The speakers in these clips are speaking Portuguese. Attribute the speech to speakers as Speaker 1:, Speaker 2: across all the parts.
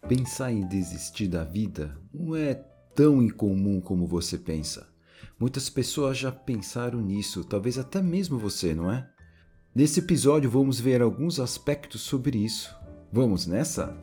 Speaker 1: Pensar em desistir da vida não é tão incomum como você pensa. Muitas pessoas já pensaram nisso, talvez até mesmo você, não é? Nesse episódio vamos ver alguns aspectos sobre isso. Vamos nessa?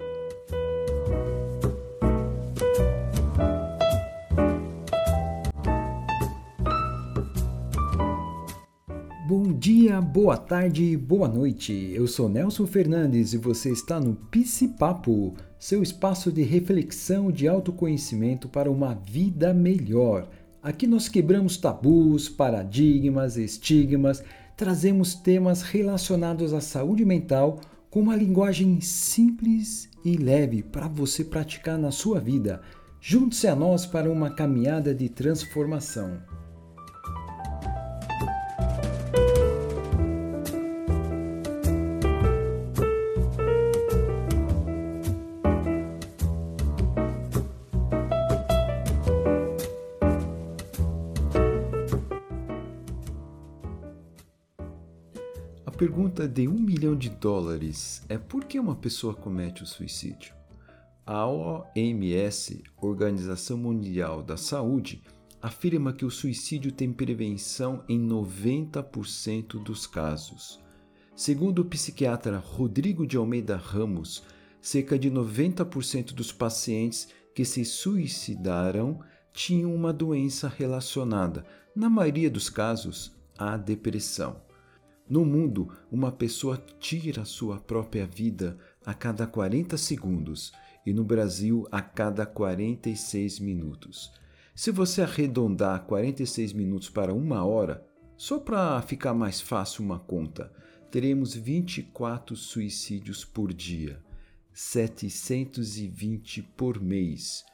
Speaker 1: Bom dia, boa tarde, boa noite. Eu sou Nelson Fernandes e você está no Psipapo, seu espaço de reflexão e de autoconhecimento para uma vida melhor. Aqui nós quebramos tabus, paradigmas, estigmas, trazemos temas relacionados à saúde mental com uma linguagem simples e leve para você praticar na sua vida. Junte-se a nós para uma caminhada de transformação. A pergunta de $1 milhão é por que uma pessoa comete o suicídio? A OMS, Organização Mundial da Saúde, afirma que o suicídio tem prevenção em 90% dos casos. Segundo o psiquiatra Rodrigo de Almeida Ramos, cerca de 90% dos pacientes que se suicidaram tinham uma doença relacionada, na maioria dos casos, à depressão. No mundo, uma pessoa tira sua própria vida a cada 40 segundos e no Brasil a cada 46 minutos. Se você arredondar 46 minutos para 1 hora, só para ficar mais fácil uma conta, teremos 24 suicídios por dia, 720 por mês,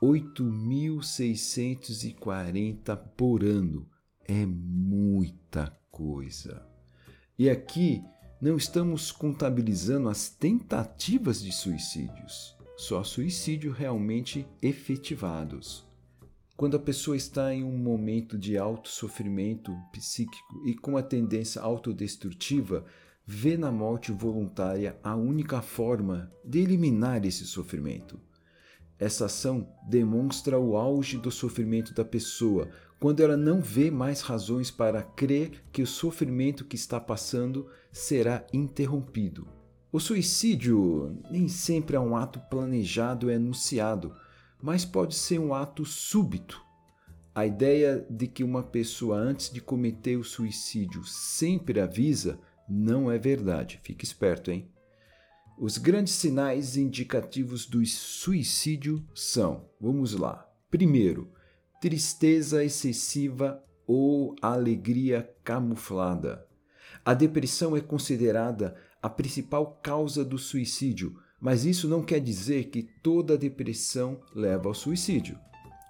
Speaker 1: 8.640 por ano. É muita coisa. E aqui não estamos contabilizando as tentativas de suicídios, só suicídio realmente efetivados. Quando a pessoa está em um momento de alto sofrimento psíquico e com a tendência autodestrutiva, vê na morte voluntária a única forma de eliminar esse sofrimento. Essa ação demonstra o auge do sofrimento da pessoa, quando ela não vê mais razões para crer que o sofrimento que está passando será interrompido. O suicídio nem sempre é um ato planejado e anunciado, mas pode ser um ato súbito. A ideia de que uma pessoa antes de cometer o suicídio sempre avisa não é verdade. Fique esperto, hein? Os grandes sinais indicativos do suicídio são, vamos lá. Primeiro, tristeza excessiva ou alegria camuflada. A depressão é considerada a principal causa do suicídio, mas isso não quer dizer que toda depressão leva ao suicídio.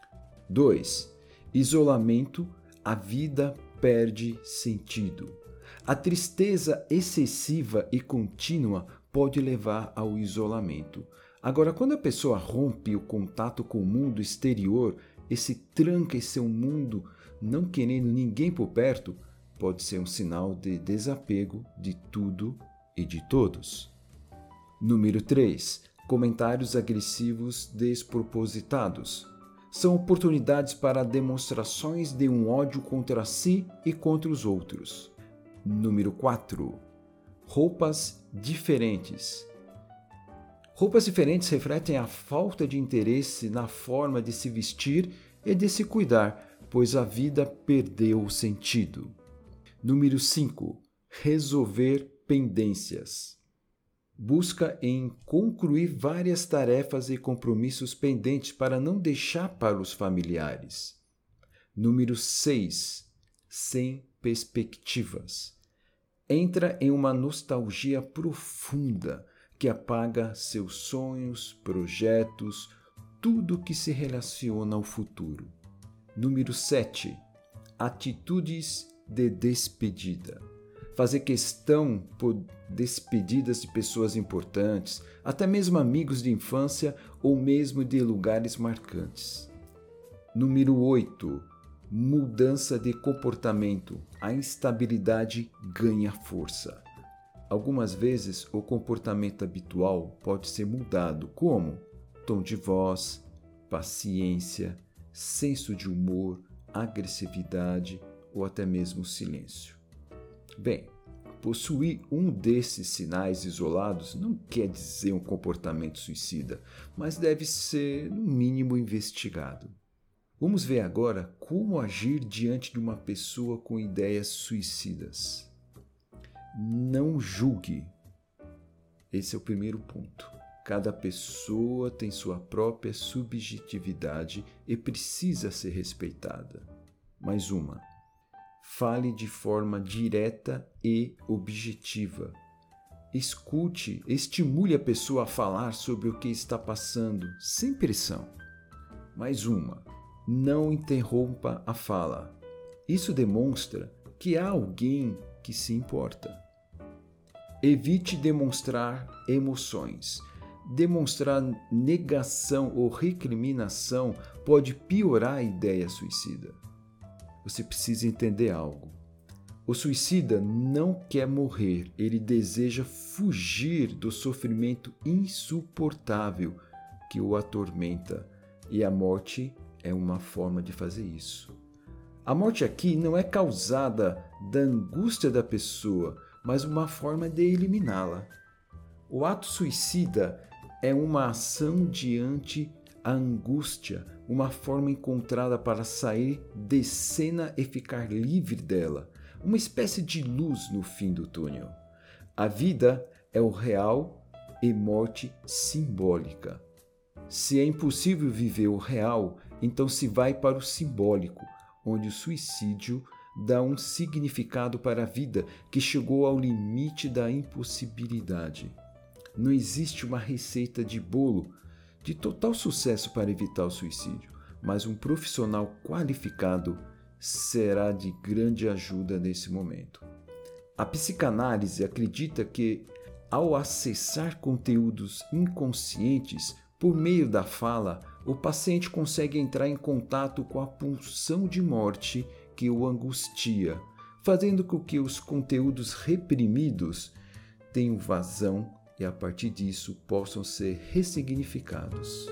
Speaker 1: 2. Isolamento, a vida perde sentido. A tristeza excessiva e contínua pode levar ao isolamento. Agora, quando a pessoa rompe o contato com o mundo exterior e se tranca em seu mundo, não querendo ninguém por perto, pode ser um sinal de desapego de tudo e de todos. Número 3. Comentários agressivos despropositados. São oportunidades para demonstrações de um ódio contra si e contra os outros. Número 4. Roupas diferentes. Roupas diferentes refletem a falta de interesse na forma de se vestir e de se cuidar, pois a vida perdeu o sentido. Número 5. Resolver pendências. Busca em concluir várias tarefas e compromissos pendentes para não deixar para os familiares. Número 6. Sem perspectivas. Entra em uma nostalgia profunda que apaga seus sonhos, projetos, tudo que se relaciona ao futuro. Número 7. Atitudes de despedida. Fazer questão por despedidas de pessoas importantes, até mesmo amigos de infância ou mesmo de lugares marcantes. Número 8. Mudança de comportamento. A instabilidade ganha força. Algumas vezes o comportamento habitual pode ser mudado. Como? tom de voz, paciência, senso de humor, agressividade ou até mesmo silêncio. Bem, possuir um desses sinais isolados não quer dizer um comportamento suicida, mas deve ser, no mínimo, investigado. Vamos ver agora como agir diante de uma pessoa com ideias suicidas. Não julgue. Esse é o primeiro ponto. Cada pessoa tem sua própria subjetividade e precisa ser respeitada. Mais uma. Fale de forma direta e objetiva. Escute, estimule a pessoa a falar sobre o que está passando, sem pressão. Mais uma. Não interrompa a fala. Isso demonstra que há alguém que se importa. Evite demonstrar emoções. Demonstrar negação ou recriminação pode piorar a ideia suicida. Você precisa entender algo. O suicida não quer morrer, ele deseja fugir do sofrimento insuportável que o atormenta, e a morte é uma forma de fazer isso. A morte aqui não é causada da angústia da pessoa, mas uma forma de eliminá-la. O ato suicida é uma ação diante a angústia, uma forma encontrada para sair de cena e ficar livre dela, uma espécie de luz no fim do túnel. A vida é o real e morte simbólica. Se é impossível viver o real, então se vai para o simbólico, onde o suicídio dá um significado para a vida que chegou ao limite da impossibilidade. Não existe uma receita de bolo de total sucesso para evitar o suicídio, mas um profissional qualificado será de grande ajuda nesse momento. A psicanálise acredita que, ao acessar conteúdos inconscientes por meio da fala, o paciente consegue entrar em contato com a pulsão de morte que o angustia, fazendo com que os conteúdos reprimidos tenham vazão e, a partir disso, possam ser ressignificados.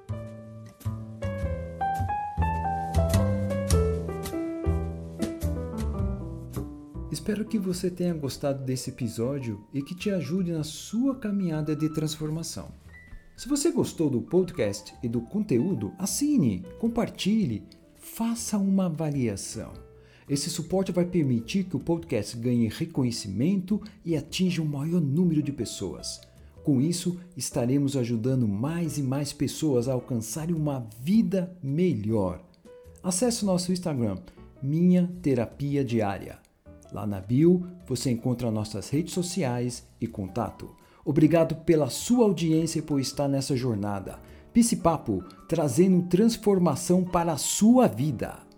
Speaker 1: Espero que você tenha gostado desse episódio e que te ajude na sua caminhada de transformação. Se você gostou do podcast e do conteúdo, assine, compartilhe, faça uma avaliação. Esse suporte vai permitir que o podcast ganhe reconhecimento e atinja um maior número de pessoas. Com isso, estaremos ajudando mais e mais pessoas a alcançarem uma vida melhor. Acesse o nosso Instagram, Minha Terapia Diária. Lá na bio, você encontra nossas redes sociais e contato. Obrigado pela sua audiência e por estar nessa jornada. Psipapo, trazendo transformação para a sua vida.